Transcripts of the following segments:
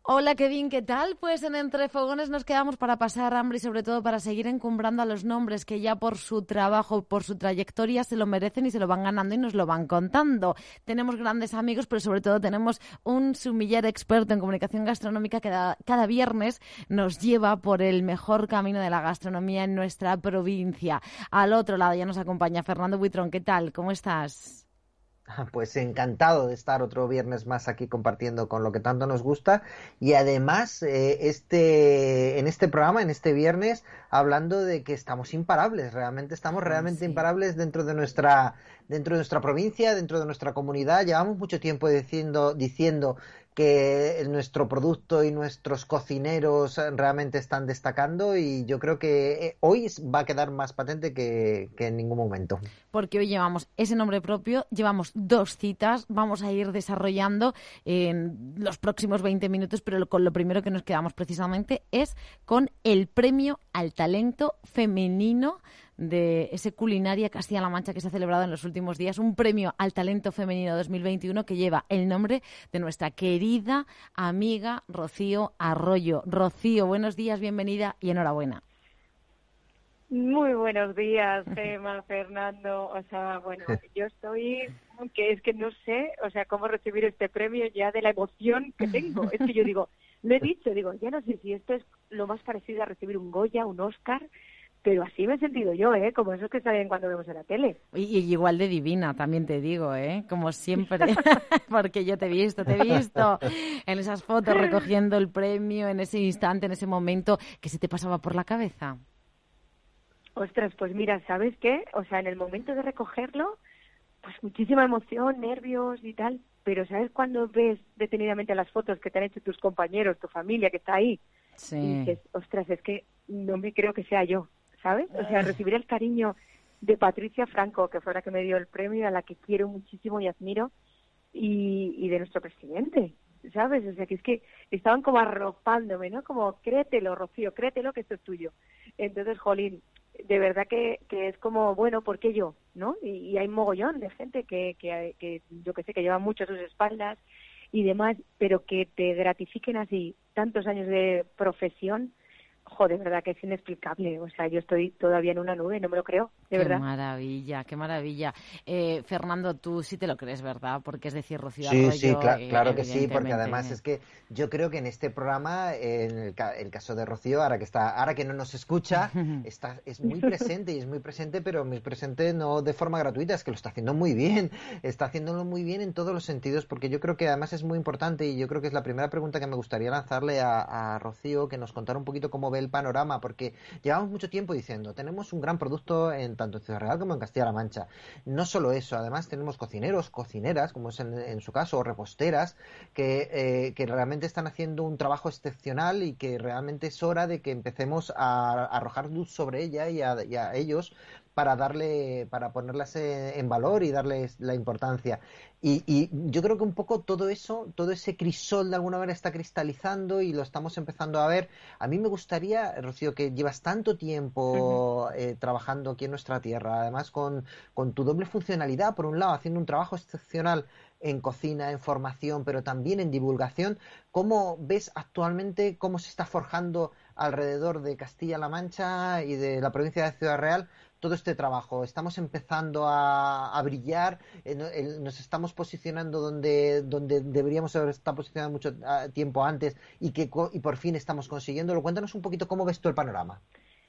Hola Kevin, ¿qué tal? Pues en Entre Fogones nos quedamos para pasar hambre y sobre todo para seguir encumbrando a los nombres que ya por su trabajo, por su trayectoria se lo merecen y se lo van ganando y nos lo van contando. Tenemos grandes amigos, pero sobre todo tenemos un sumiller experto en comunicación gastronómica que cada viernes nos lleva por el mejor camino de la gastronomía en nuestra provincia. Al otro lado ya nos acompaña Fernando Buitrón. ¿Qué tal? ¿Cómo estás? Pues encantado de estar otro viernes más aquí compartiendo con lo que tanto nos gusta y además en este programa, en este viernes, hablando de que estamos imparables, estamos Ah, realmente sí. imparables dentro de nuestra provincia, dentro de nuestra comunidad. Llevamos mucho tiempo diciendo que nuestro producto y nuestros cocineros realmente están destacando y yo creo que hoy va a quedar más patente que en ningún momento. Porque hoy llevamos ese nombre propio, llevamos 2 citas, vamos a ir desarrollando en los próximos 20 minutos, pero con lo primero que nos quedamos precisamente es con el premio al talento femenino de ese Culinaria Castilla-La Mancha que se ha celebrado en los últimos días, un premio al talento femenino 2021 que lleva el nombre de nuestra querida amiga Rocío Arroyo. Rocío, buenos días, bienvenida y enhorabuena. Muy buenos días, Gemma, Fernando. O sea, bueno, yo estoy, que es que no sé, o sea, cómo recibir este premio ya de la emoción que tengo. Es que yo digo, lo he dicho, digo, ya no sé si esto es lo más parecido a recibir un Goya, un Oscar, pero así me he sentido yo, como esos que salen cuando vemos en la tele. Y igual de divina, también te digo, como siempre, porque yo te he visto en esas fotos recogiendo el premio, en ese instante, en ese momento, que se te pasaba por la cabeza. Ostras, pues mira, ¿sabes qué? O sea, en el momento de recogerlo, pues muchísima emoción, nervios y tal, pero ¿sabes cuando ves detenidamente las fotos que te han hecho tus compañeros, tu familia que está ahí? Y Sí. dices, ostras, es que no me creo que sea yo, ¿sabes? O sea, recibir el cariño de Patricia Franco, que fue la que me dio el premio, a la que quiero muchísimo y admiro, y de nuestro presidente, ¿sabes? O sea, que es que estaban como arropándome, ¿no? Como, créetelo, Rocío, créetelo que esto es tuyo. Entonces, jolín, de verdad que es como, bueno, ¿por qué yo? ¿No? Y hay mogollón de gente que yo que sé, que lleva mucho a sus espaldas y demás, pero que te gratifiquen así tantos años de profesión, joder, de verdad que es inexplicable. O sea, yo estoy todavía en una nube, no me lo creo, de Qué verdad. maravilla, qué maravilla. Fernando, tú sí te lo crees, ¿verdad? Porque es decir, Rocío Sí, sí, Arroyo, claro que sí, porque además evidentemente. es que yo creo que en este programa, en el caso de Rocío, ahora que no nos escucha, es muy presente y es muy presente, pero muy presente no de forma gratuita, es que lo está haciendo muy bien, está haciéndolo muy bien en todos los sentidos, porque yo creo que además es muy importante y yo creo que es la primera pregunta que me gustaría lanzarle a Rocío, que nos contara un poquito cómo ve el panorama, porque llevamos mucho tiempo diciendo, tenemos un gran producto en tanto en Ciudad Real como en Castilla-La Mancha. No solo eso, además tenemos cocineros, cocineras, como es en su caso, o reposteras, que realmente están haciendo un trabajo excepcional y que realmente es hora de que empecemos a arrojar luz sobre ella y a ellos para ponerlas en valor y darles la importancia. Y yo creo que un poco todo eso, todo ese crisol de alguna manera está cristalizando y lo estamos empezando a ver. A mí me gustaría, Rocío, que llevas tanto Ujú. tiempo trabajando aquí en nuestra tierra, además con tu doble funcionalidad, por un lado haciendo un trabajo excepcional en cocina, en formación, pero también en divulgación. ¿Cómo ves actualmente cómo se está forjando alrededor de Castilla-La Mancha y de la provincia de Ciudad Real todo este trabajo? ¿Estamos empezando a brillar? ¿Nos estamos posicionando donde deberíamos haber estado posicionado mucho tiempo antes y por fin estamos consiguiéndolo? Cuéntanos un poquito cómo ves tú el panorama.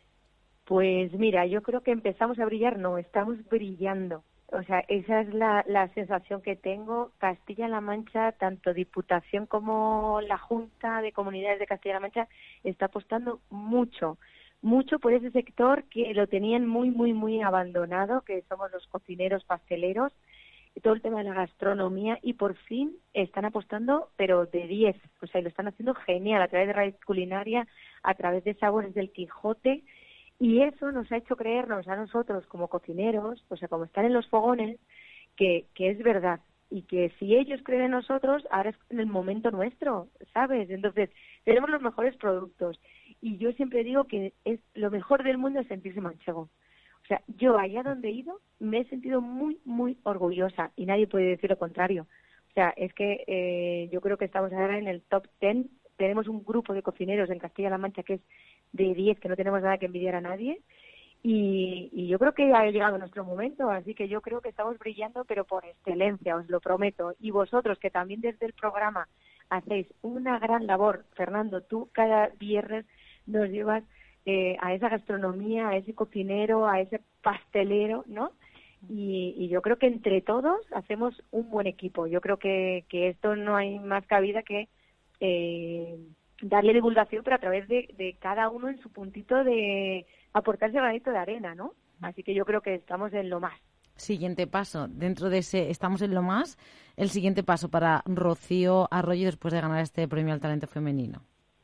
Pues mira, yo creo que empezamos a brillar, no, estamos brillando. O sea, esa es la sensación que tengo. Castilla-La Mancha, tanto Diputación como la Junta de Comunidades de Castilla-La Mancha, está apostando mucho, mucho por ese sector que lo tenían muy, muy, muy abandonado, que somos los cocineros, pasteleros, y todo el tema de la gastronomía, y por fin están apostando, pero de 10. O sea, y lo están haciendo genial, a través de Raíz Culinaria, a través de Sabores del Quijote, y eso nos ha hecho creernos a nosotros como cocineros, o sea, como están en los fogones, que es verdad. Y que si ellos creen en nosotros, ahora es en el momento nuestro, ¿sabes? Entonces, tenemos los mejores productos. Y yo siempre digo que es lo mejor del mundo es sentirse manchego. O sea, yo allá donde he ido me he sentido muy, muy orgullosa y nadie puede decir lo contrario. O sea, es que yo creo que estamos ahora en el top 10 tenemos un grupo de cocineros en Castilla-La Mancha que es de 10, que no tenemos nada que envidiar a nadie. Y yo creo que ha llegado nuestro momento, así que yo creo que estamos brillando, pero por excelencia, os lo prometo. Y vosotros, que también desde el programa hacéis una gran labor, Fernando, tú cada viernes nos llevas a esa gastronomía, a ese cocinero, a ese pastelero, ¿no? Y yo creo que entre todos hacemos un buen equipo. Yo creo que esto no hay más cabida que darle divulgación, pero a través de cada uno en su puntito de aportar ese granito de arena, ¿no? Así que yo creo que estamos en lo más. Siguiente paso, dentro de ese estamos en lo más, el siguiente paso para Rocío Arroyo después de ganar este premio al talento femenino.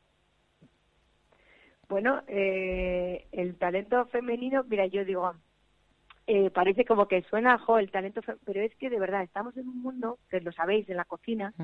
Bueno, el talento femenino, mira, yo digo, parece como que suena, el talento femenino, pero es que de verdad estamos en un mundo, que lo sabéis, en la cocina,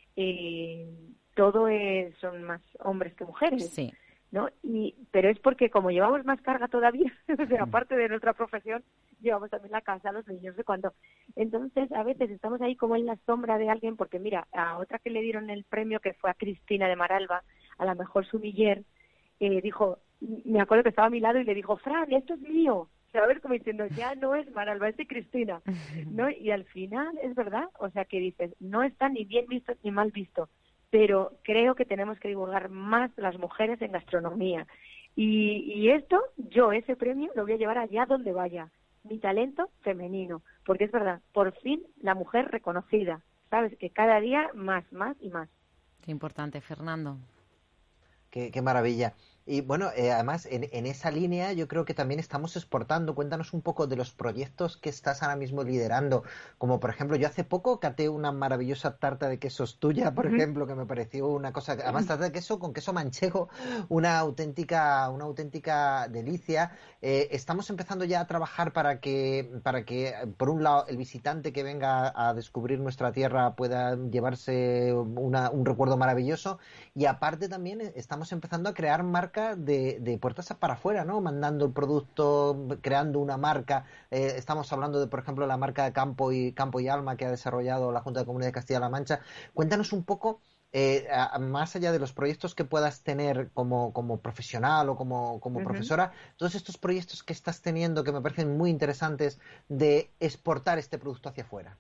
todo son más hombres que mujeres. Sí. ¿No? Pero es porque como llevamos más carga todavía, o sea, aparte de nuestra profesión, llevamos también la casa, los niños, de cuando. Entonces, a veces estamos ahí como en la sombra de alguien, porque mira, a otra que le dieron el premio, que fue a Cristina de Maralba, a la mejor sumiller, dijo, me acuerdo que estaba a mi lado y le dijo, Fran, esto es mío. ¿Sabes? Como diciendo, ya no es Maralba, es de Cristina, ¿no? Y al final, es verdad, o sea, que dices, no está ni bien visto ni mal visto, pero creo que tenemos que divulgar más las mujeres en gastronomía. Y esto, ese premio lo voy a llevar allá donde vaya, mi talento femenino, porque es verdad, por fin la mujer reconocida, ¿sabes? Que cada día más y más. Qué importante, Fernando. Qué maravilla. Y bueno, además, en esa línea yo creo que también estamos exportando. Cuéntanos un poco de los proyectos que estás ahora mismo liderando. Como, por ejemplo, yo hace poco caté una maravillosa tarta de quesos tuya, por ejemplo, que me pareció una cosa... Además, tarta de queso con queso manchego, una auténtica delicia. Estamos empezando ya a trabajar para que, por un lado, el visitante que venga a descubrir nuestra tierra pueda llevarse un recuerdo maravilloso. Y aparte también estamos empezando a crear marcas de puertas para afuera, ¿no? Mandando el producto, creando una marca. Estamos hablando de, por ejemplo, la marca de Campo y Alma que ha desarrollado la Junta de Comunidad de Castilla-La Mancha. Cuéntanos un poco, más allá de los proyectos que puedas tener como profesional o como profesora, todos estos proyectos que estás teniendo que me parecen muy interesantes de exportar este producto hacia afuera.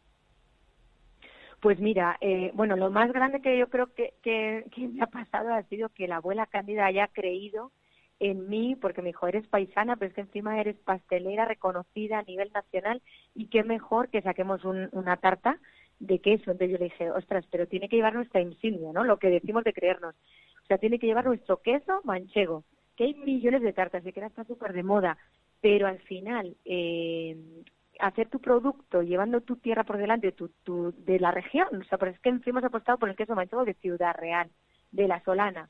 Pues mira, bueno, lo más grande que yo creo que me ha pasado ha sido que la abuela Cándida haya creído en mí, porque me dijo, eres paisana, pero es que encima eres pastelera reconocida a nivel nacional, y qué mejor que saquemos una tarta de queso. Entonces yo le dije, ostras, pero tiene que llevar nuestra insignia, ¿no? Lo que decimos de creernos. O sea, tiene que llevar nuestro queso manchego, que hay millones de tartas, y que ahora está súper de moda, pero al final... hacer tu producto llevando tu tierra por delante, de la región, o sea, pero es que encima hemos apostado por el queso manchego de Ciudad Real, de La Solana.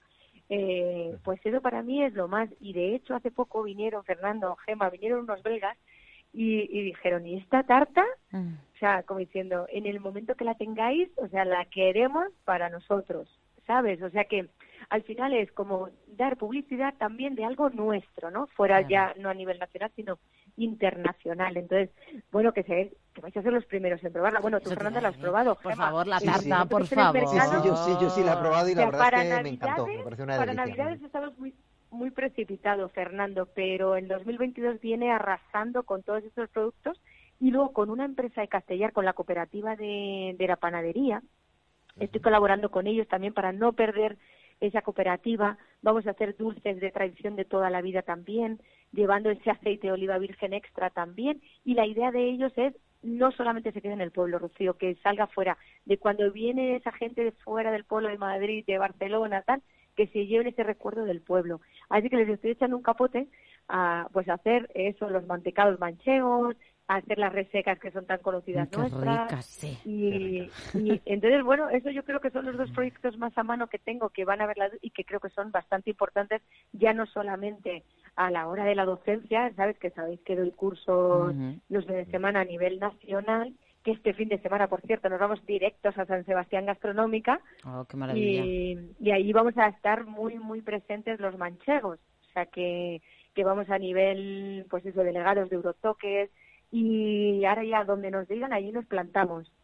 Pues eso para mí es lo más, y de hecho hace poco vinieron, Fernando, Gema, vinieron unos belgas y dijeron, ¿y esta tarta? O sea, como diciendo, en el momento que la tengáis, o sea, la queremos para nosotros, ¿sabes? O sea que al final es como dar publicidad también de algo nuestro, ¿no? Fuera ya, no a nivel nacional, sino internacional. Entonces, bueno, que vais a ser los primeros en probarla. Bueno, tú, Fernanda, la has probado, Por Gemma. favor, la tarta, por Sí, favor. yo sí la he probado y la verdad es que Navidades, me encantó. Me pareció una para delicia. Navidades estamos muy precipitados, Fernando, pero el 2022 viene arrasando con todos estos productos, y luego con una empresa de Castellar, con la cooperativa de la panadería. Estoy colaborando con ellos también para no perder esa cooperativa. Vamos a hacer dulces de tradición de toda la vida también, llevando ese aceite de oliva virgen extra también, y la idea de ellos es no solamente se quede en el pueblo, Rocío, que salga fuera, de cuando viene esa gente de fuera del pueblo de Madrid, de Barcelona, tal, que se lleven ese recuerdo del pueblo. Así que les estoy echando un capote a pues hacer eso, los mantecados manchegos, a hacer las resecas que son tan conocidas nuestras. Ricas, sí. Y entonces, bueno, eso yo creo que son los dos proyectos más a mano que tengo, que van a ver y que creo que son bastante importantes, ya no solamente a la hora de la docencia, sabéis que doy cursos los fines de semana a nivel nacional, que este fin de semana, por cierto, nos vamos directos a San Sebastián Gastronómica. Oh, qué maravilla. Y ahí vamos a estar muy presentes los manchegos, o sea que vamos a nivel, pues eso, delegados de Eurotoques, y ahora ya donde nos digan, allí nos plantamos.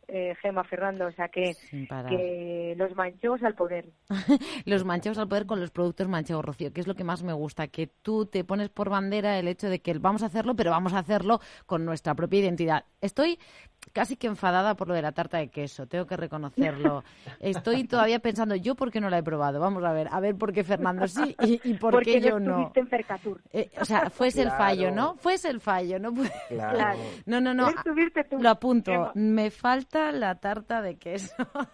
Gemma, Fernando, o sea que los manchegos al poder. Los manchegos al poder con los productos manchegos, Rocío, que es lo que más me gusta, que tú te pones por bandera el hecho de que vamos a hacerlo, pero vamos a hacerlo con nuestra propia identidad. Estoy casi que enfadada por lo de la tarta de queso, tengo que reconocerlo. Estoy todavía pensando, ¿yo por qué no la he probado? Vamos a ver por qué Fernando sí y por qué yo no. Porque en Fercatur. O sea, fuese el fallo, ¿no? Fuese el fallo, ¿no? Claro. No. Lo apunto. Me falta la tarta de queso.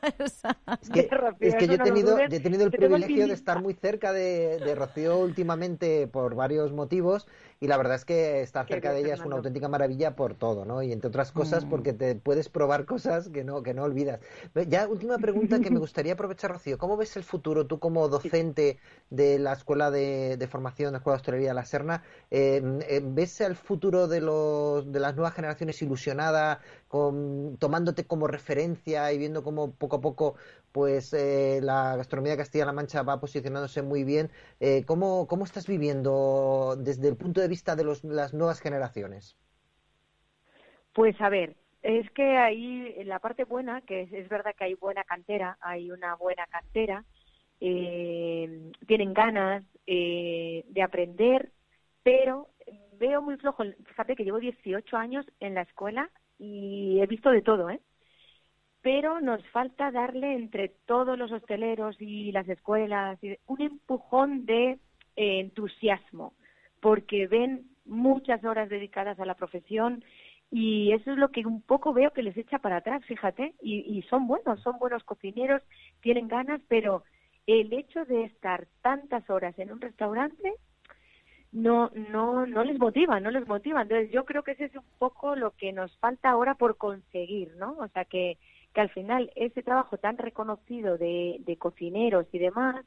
Es que yo he tenido el privilegio de estar muy cerca de Rocío últimamente por varios motivos, y la verdad es que estar cerca de ella es una auténtica maravilla por todo, ¿no? Y entre otras cosas porque te puedes probar cosas que no olvidas. Ya, última pregunta que me gustaría aprovechar, Rocío. ¿Cómo ves el futuro, tú como docente de la Escuela de Formación, la Escuela de Hostelería La Serna? ¿Ves el futuro de las nuevas generaciones ilusionada, tomándote como referencia y viendo cómo poco a poco pues la gastronomía de Castilla-La Mancha va posicionándose muy bien? ¿Cómo estás viviendo desde el punto de vista de las nuevas generaciones? Pues a ver, es que ahí la parte buena, que es verdad que hay una buena cantera, tienen ganas de aprender, pero veo muy flojo. Fíjate que llevo 18 años en la escuela y he visto de todo, pero nos falta darle entre todos los hosteleros y las escuelas un empujón de entusiasmo, porque ven muchas horas dedicadas a la profesión y eso es lo que un poco veo que les echa para atrás, fíjate, y son buenos cocineros, tienen ganas, pero el hecho de estar tantas horas en un restaurante no les motiva. Entonces yo creo que ese es un poco lo que nos falta ahora por conseguir, ¿no? O sea que al final ese trabajo tan reconocido de cocineros y demás,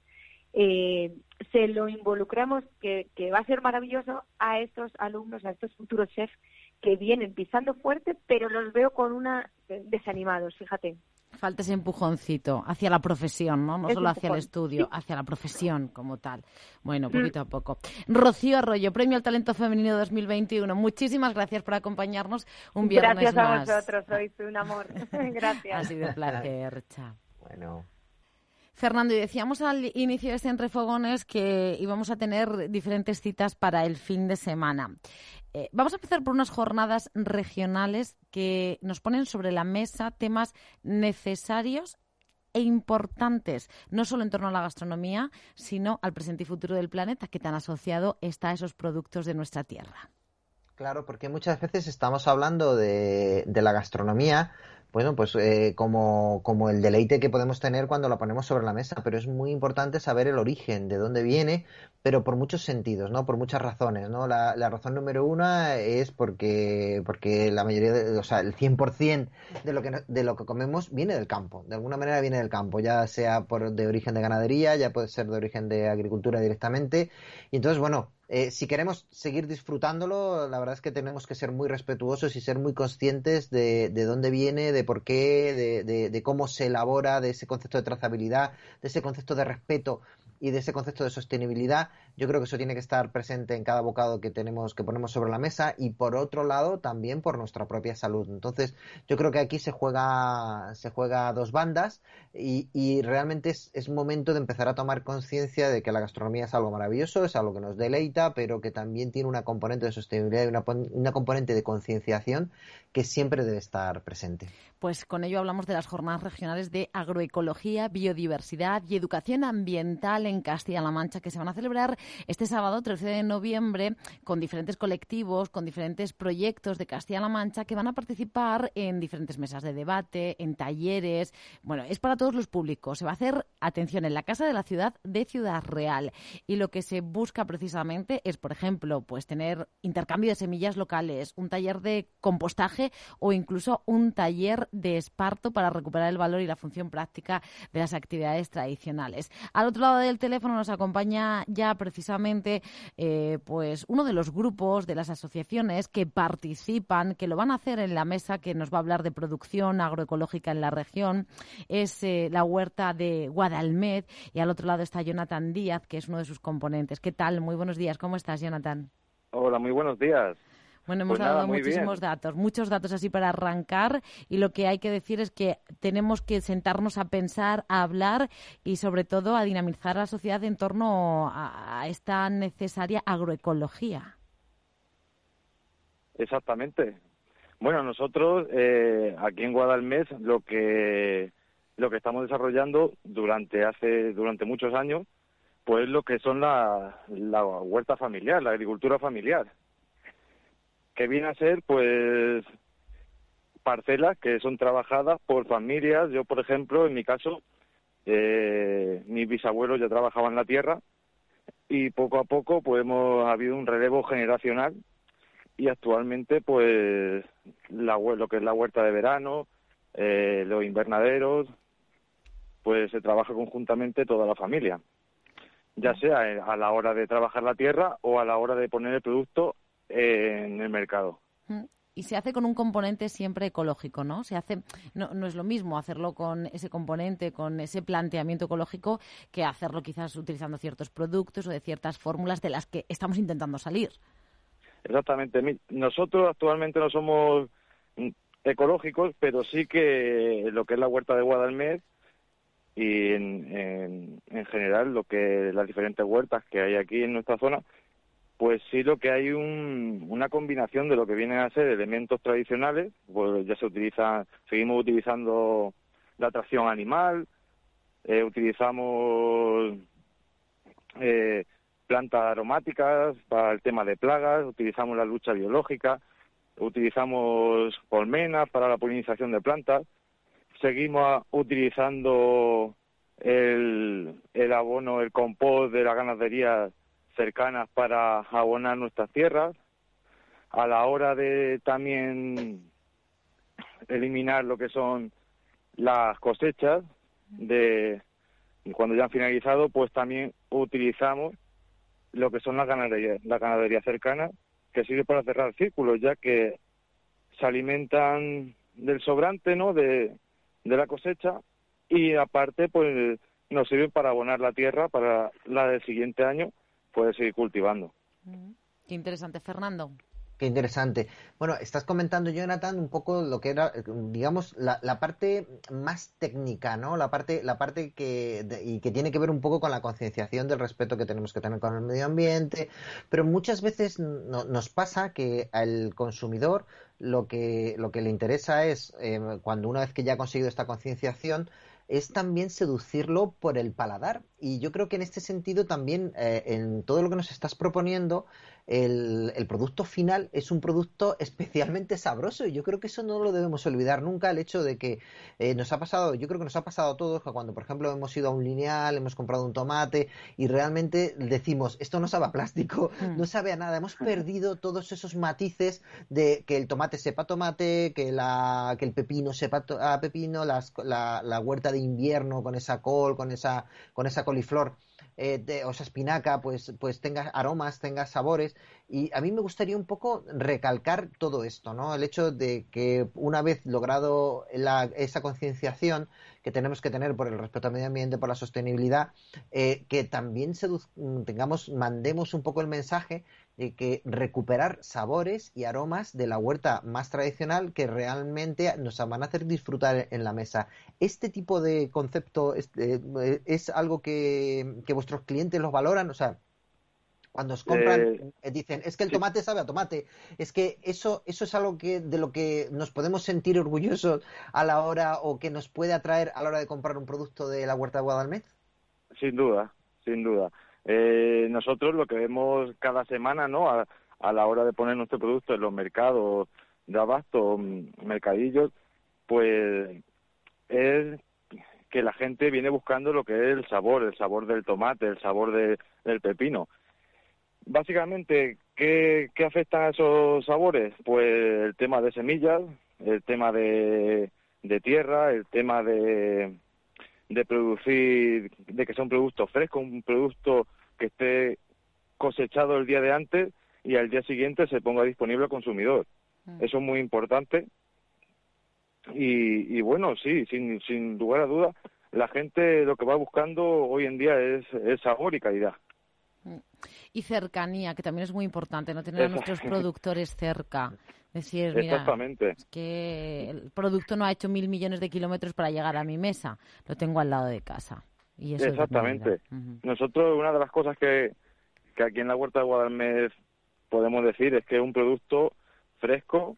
se lo involucramos, que va a ser maravilloso a estos alumnos, a estos futuros chefs que vienen pisando fuerte, pero los veo desanimados, fíjate. Falta ese empujoncito hacia la profesión, ¿no? No solo hacia el estudio, sí, hacia la profesión como tal. Bueno, poquito a poco. Rocío Arroyo, Premio al Talento Femenino 2021. Muchísimas gracias por acompañarnos un viernes más. Gracias a más. vosotros, sois un amor. Gracias. Ha sido un placer, chao. Bueno. Fernando, y decíamos al inicio de este Entre Fogones que íbamos a tener diferentes citas para el fin de semana. Vamos a empezar por unas jornadas regionales que nos ponen sobre la mesa temas necesarios e importantes, no solo en torno a la gastronomía, sino al presente y futuro del planeta, que tan asociado está a esos productos de nuestra tierra. Claro, porque muchas veces estamos hablando de la gastronomía, bueno, pues como el deleite que podemos tener cuando la ponemos sobre la mesa, pero es muy importante saber el origen, de dónde viene, pero por muchos sentidos, ¿no? Por muchas razones, ¿no? La razón número una es porque la mayoría, o sea, el 100% de lo que comemos viene del campo, de alguna manera viene del campo, ya sea de origen de ganadería, ya puede ser de origen de agricultura directamente, y entonces, bueno, si queremos seguir disfrutándolo, la verdad es que tenemos que ser muy respetuosos y ser muy conscientes de dónde viene, de por qué, de cómo se elabora, de ese concepto de trazabilidad, de ese concepto de respeto y de ese concepto de sostenibilidad. Yo creo que eso tiene que estar presente en cada bocado que ponemos sobre la mesa, y por otro lado también por nuestra propia salud. Entonces yo creo que aquí se juega a dos bandas y realmente es momento de empezar a tomar conciencia de que la gastronomía es algo maravilloso, es algo que nos deleita, pero que también tiene una componente de sostenibilidad y una componente de concienciación que siempre debe estar presente. Pues con ello hablamos de las jornadas regionales de agroecología, biodiversidad y educación ambiental en Castilla-La Mancha, que se van a celebrar este sábado 13 de noviembre con diferentes colectivos, con diferentes proyectos de Castilla-La Mancha que van a participar en diferentes mesas de debate, en talleres. Bueno, es para todos los públicos. Se va a hacer, atención, en la Casa de la Ciudad de Ciudad Real. Y lo que se busca precisamente es, por ejemplo, pues tener intercambio de semillas locales, un taller de compostaje o incluso un taller de esparto para recuperar el valor y la función práctica de las actividades tradicionales. Al otro lado del teléfono nos acompaña ya precisamente pues uno de los grupos de las asociaciones que participan, que lo van a hacer en la mesa que nos va a hablar de producción agroecológica en la región. Es la huerta de Guadalmed, y al otro lado está Jonathan Díaz, que es uno de sus componentes. ¿Qué tal? Muy buenos días. ¿Cómo estás, Jonathan? Hola, muy buenos días. Bueno, hemos Pues nada, dado muy muchísimos bien. datos, muchos datos así para arrancar, y lo que hay que decir es que tenemos que sentarnos a pensar, a hablar y sobre todo a dinamizar a la sociedad en torno a esta necesaria agroecología. Exactamente. Bueno, nosotros aquí en Guadalmés lo que estamos desarrollando durante muchos años, pues lo que son la huerta familiar, la agricultura familiar, que viene a ser pues parcelas que son trabajadas por familias. Yo, por ejemplo, en mi caso, mis bisabuelos ya trabajaban la tierra y poco a poco pues ha habido un relevo generacional y actualmente pues lo que es la huerta de verano, los invernaderos, pues se trabaja conjuntamente toda la familia, ya sea a la hora de trabajar la tierra o a la hora de poner el producto en el mercado. Y se hace con un componente siempre ecológico, ¿no? No es lo mismo hacerlo con ese componente, con ese planteamiento ecológico, que hacerlo quizás utilizando ciertos productos o de ciertas fórmulas de las que estamos intentando salir. Exactamente. Nosotros actualmente no somos ecológicos, pero sí que lo que es la huerta de Guadalmés y en general lo que las diferentes huertas que hay aquí en nuestra zona, pues sí, lo que hay una combinación de lo que vienen a ser elementos tradicionales, pues ya seguimos utilizando la tracción animal, utilizamos plantas aromáticas para el tema de plagas, utilizamos la lucha biológica, utilizamos colmenas para la polinización de plantas, seguimos utilizando el abono, el compost de las ganaderías cercanas para abonar nuestras tierras. A la hora de también eliminar lo que son las cosechas de cuando ya han finalizado, pues también utilizamos lo que son la ganadería cercana, que sirve para cerrar círculos, ya que se alimentan del sobrante, ¿no?, de la cosecha, y aparte pues nos sirven para abonar la tierra para la del siguiente año poder seguir cultivando. Qué interesante, Fernando. Qué interesante. Bueno, estás comentando, Jonathan, un poco lo que era, digamos, la parte más técnica, ¿no? La parte y que tiene que ver un poco con la concienciación del respeto que tenemos que tener con el medio ambiente, pero muchas veces nos pasa que al consumidor lo que le interesa es, cuando una vez que ya ha conseguido esta concienciación, es también seducirlo por el paladar. Y yo creo que en este sentido también, en todo lo que nos estás proponiendo, el producto final es un producto especialmente sabroso, y yo creo que eso no lo debemos olvidar nunca, el hecho de que yo creo que nos ha pasado a todos, que cuando por ejemplo hemos ido a un lineal, hemos comprado un tomate y realmente decimos, esto no sabe a plástico, no sabe a nada, hemos perdido todos esos matices de que el tomate sepa a tomate, que el pepino sepa a pepino, la huerta de invierno con esa col, con esa coliflor, o esa espinaca, pues tenga aromas, tenga sabores. Y a mí me gustaría un poco recalcar todo esto, ¿no? El hecho de que una vez logrado esa concienciación que tenemos que tener por el respeto al medio ambiente, por la sostenibilidad, que también mandemos un poco el mensaje de que recuperar sabores y aromas de la huerta más tradicional que realmente nos van a hacer disfrutar en la mesa. Este tipo de concepto es algo que vuestros clientes los valoran, o sea, cuando os compran, dicen, es que el tomate sabe a tomate. Es que eso es algo de lo que nos podemos sentir orgullosos a la hora, o que nos puede atraer a la hora de comprar un producto de la huerta de Guadalmés. Sin duda, sin duda. Nosotros lo que vemos cada semana, ¿no?, a la hora de poner nuestro producto en los mercados de abasto, mercadillos, pues es que la gente viene buscando lo que es el sabor del tomate, el sabor del pepino. Básicamente, ¿qué afecta a esos sabores? Pues el tema de semillas, el tema de tierra, el tema de producir, de que sea un producto fresco, un producto que esté cosechado el día de antes y al día siguiente se ponga disponible al consumidor. Eso es muy importante. Y bueno, sí, sin lugar a dudas, la gente lo que va buscando hoy en día es sabor y calidad. Y cercanía, que también es muy importante, no tener a nuestros productores cerca. Decir, mira, Exactamente. es que el producto no ha hecho 1.000 millones de kilómetros para llegar a mi mesa, lo tengo al lado de casa. Y eso Exactamente. es Navidad. Nosotros, una de las cosas que aquí en la Huerta de Guadalmedez podemos decir es que es un producto fresco,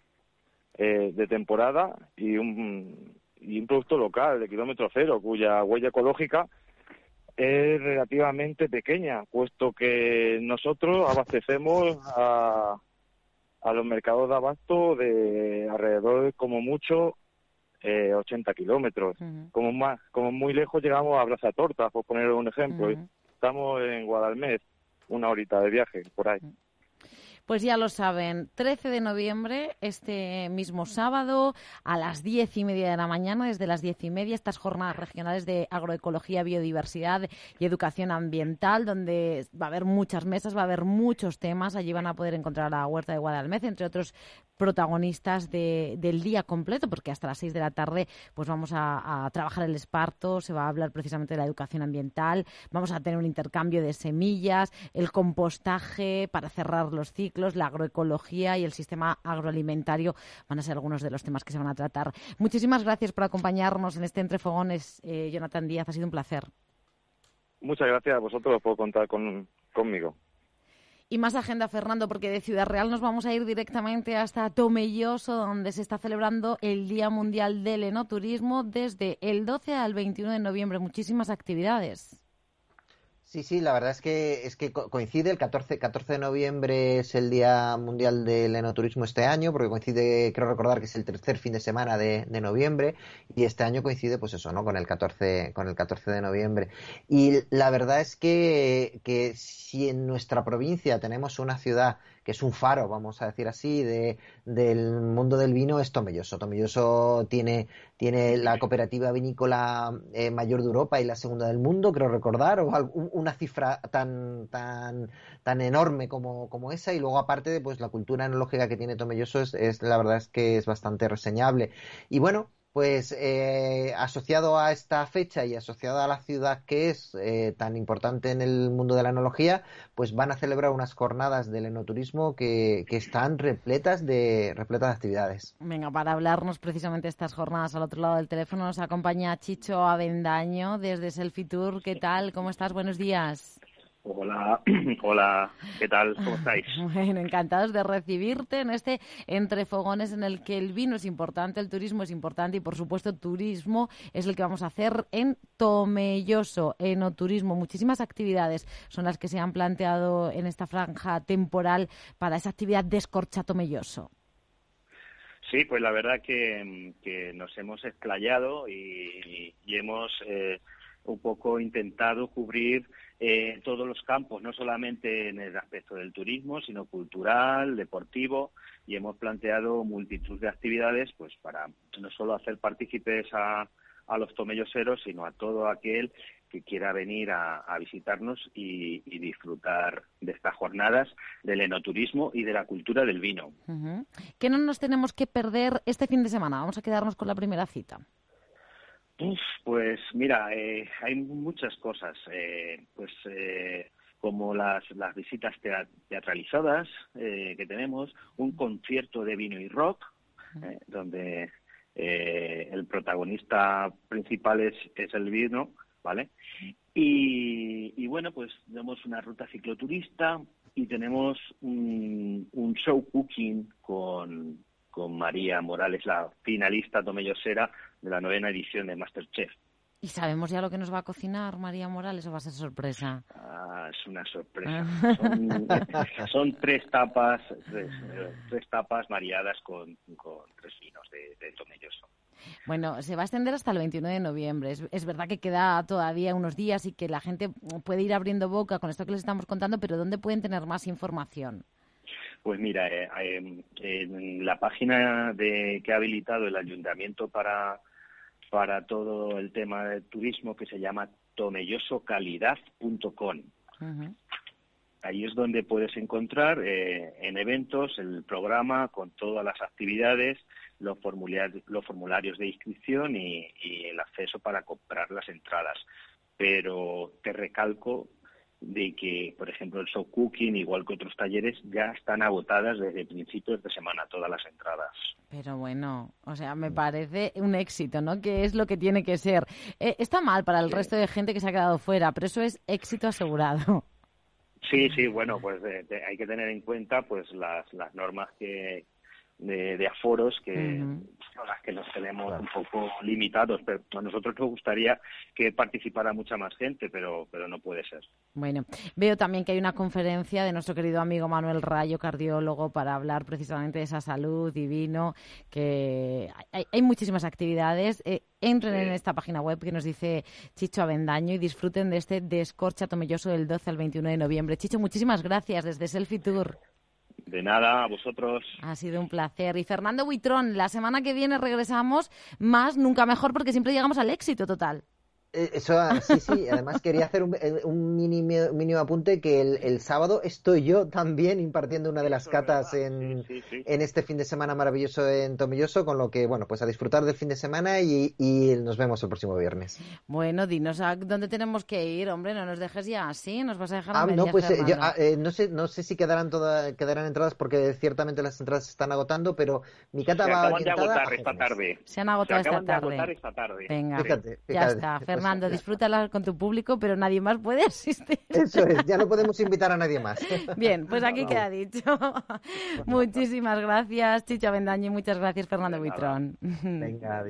de temporada y un producto local de kilómetro cero, cuya huella ecológica es relativamente pequeña, puesto que nosotros abastecemos a los mercados de abasto de alrededor, como mucho, 80 kilómetros. Como muy lejos llegamos a Plaza Tortas, por poner un ejemplo. Estamos en Guadalmedez, 1 horita de viaje, por ahí. Pues ya lo saben, 13 de noviembre, este mismo sábado, a las 10:30 de la mañana, desde las 10:30, estas jornadas regionales de agroecología, biodiversidad y educación ambiental, donde va a haber muchas mesas, va a haber muchos temas. Allí van a poder encontrar a la Huerta de Guadalmedez, entre otros protagonistas del día completo, porque hasta las 6 de la tarde pues vamos a trabajar el esparto, se va a hablar precisamente de la educación ambiental, vamos a tener un intercambio de semillas, el compostaje para cerrar los ciclos, la agroecología y el sistema agroalimentario van a ser algunos de los temas que se van a tratar. Muchísimas gracias por acompañarnos en este Entre Fogones, Jonathan Díaz, ha sido un placer. Muchas gracias a vosotros por contar conmigo. Y más agenda, Fernando, porque de Ciudad Real nos vamos a ir directamente hasta Tomelloso, donde se está celebrando el Día Mundial del Enoturismo desde el 12 al 21 de noviembre. Muchísimas actividades. Sí, la verdad es que coincide, el 14 de noviembre es el Día Mundial del Enoturismo este año, porque coincide, creo recordar que es el tercer fin de semana de noviembre, y este año coincide, pues eso, ¿no? Con el 14 de noviembre. Y la verdad es que si en nuestra provincia tenemos una ciudad que es un faro, vamos a decir así, del mundo del vino, es Tomelloso. Tomelloso tiene la cooperativa vinícola mayor de Europa y la segunda del mundo, creo recordar, o una cifra tan enorme como esa, y luego aparte de pues la cultura enológica que tiene Tomelloso es la verdad es que es bastante reseñable. Y bueno, pues asociado a esta fecha y asociado a la ciudad que es tan importante en el mundo de la enología, pues van a celebrar unas jornadas del enoturismo que están repletas de actividades. Venga, para hablarnos precisamente de estas jornadas al otro lado del teléfono nos acompaña Chicho Avendaño desde Selfie Tour. ¿Qué tal? ¿Cómo estás? Buenos días. Hola, ¿qué tal? ¿Cómo estáis? Bueno, encantados de recibirte en este Entre Fogones en el que el vino es importante, el turismo es importante y, por supuesto, turismo es el que vamos a hacer en Tomelloso, enoturismo. Muchísimas actividades son las que se han planteado en esta franja temporal para esa actividad Descorcha Tomelloso. Sí, pues la verdad que nos hemos explayado y hemos un poco intentado cubrir todos los campos, no solamente en el aspecto del turismo, sino cultural, deportivo, y hemos planteado multitud de actividades pues para no solo hacer partícipes a los tomelloseros, sino a todo aquel que quiera venir a visitarnos y disfrutar de estas jornadas del enoturismo y de la cultura del vino. Uh-huh. ¿Qué no nos tenemos que perder este fin de semana? Vamos a quedarnos con la primera cita. Pues mira, hay muchas cosas, como las visitas teatralizadas que tenemos, un concierto de vino y rock, donde el protagonista principal es el vino, ¿vale? Y bueno, pues tenemos una ruta cicloturista y tenemos un show cooking con María Morales, la finalista tomellosera de la 9ª edición de MasterChef. ¿Y sabemos ya lo que nos va a cocinar María Morales o va a ser sorpresa? Es una sorpresa. Son tres tapas mareadas con 3 vinos de Tomelloso. Bueno, se va a extender hasta el 21 de noviembre. Es verdad que queda todavía unos días y que la gente puede ir abriendo boca con esto que les estamos contando, pero ¿dónde pueden tener más información? Pues mira, en la página que ha habilitado el ayuntamiento para todo el tema del turismo, que se llama tomellosocalidad.com. Uh-huh. Ahí es donde puedes encontrar en eventos el programa con todas las actividades, los formularios de inscripción y el acceso para comprar las entradas. Pero te recalco de que, por ejemplo, el soft cooking, igual que otros talleres, ya están agotadas desde principios de semana todas las entradas. Pero bueno, o sea, me parece un éxito, ¿no? Que es lo que tiene que ser. Está mal para el resto de gente que se ha quedado fuera, pero eso es éxito asegurado. Sí, bueno, pues hay que tener en cuenta pues las normas de aforos que son las que nos tenemos un poco limitados, pero a nosotros nos gustaría que participara mucha más gente, pero no puede ser. Bueno, veo también que hay una conferencia de nuestro querido amigo Manuel Rayo, cardiólogo, para hablar precisamente de esa salud divino, que hay muchísimas actividades. Entren en esta página web que nos dice Chicho Avendaño y disfruten de este Descorcha Tomelloso del 12 al 21 de noviembre. Chicho, muchísimas gracias desde Selfie Tour. De nada, a vosotros. Ha sido un placer. Y Fernando Buitrón, la semana que viene regresamos más, nunca mejor, porque siempre llegamos al éxito total. Eso, sí. Además quería hacer un mínimo apunte que el sábado estoy yo también impartiendo una de las catas en este fin de semana maravilloso en Tomelloso, con lo que, bueno, pues a disfrutar del fin de semana y nos vemos el próximo viernes. Bueno, dinos a dónde tenemos que ir, hombre, no nos dejes ya así, nos vas a dejar a medias, no, pues Fernando. no sé si quedarán entradas porque ciertamente las entradas se están agotando, pero mi cata va orientada esta tarde. Se han agotado esta tarde. Venga, fíjate. Ya está, Fernando, disfrútala con tu público, pero nadie más puede asistir. Eso es, ya no podemos invitar a nadie más. Bien, pues aquí queda dicho. Muchísimas gracias, Chicho Avendaño, y muchas gracias, Fernando Buitrón. Venga,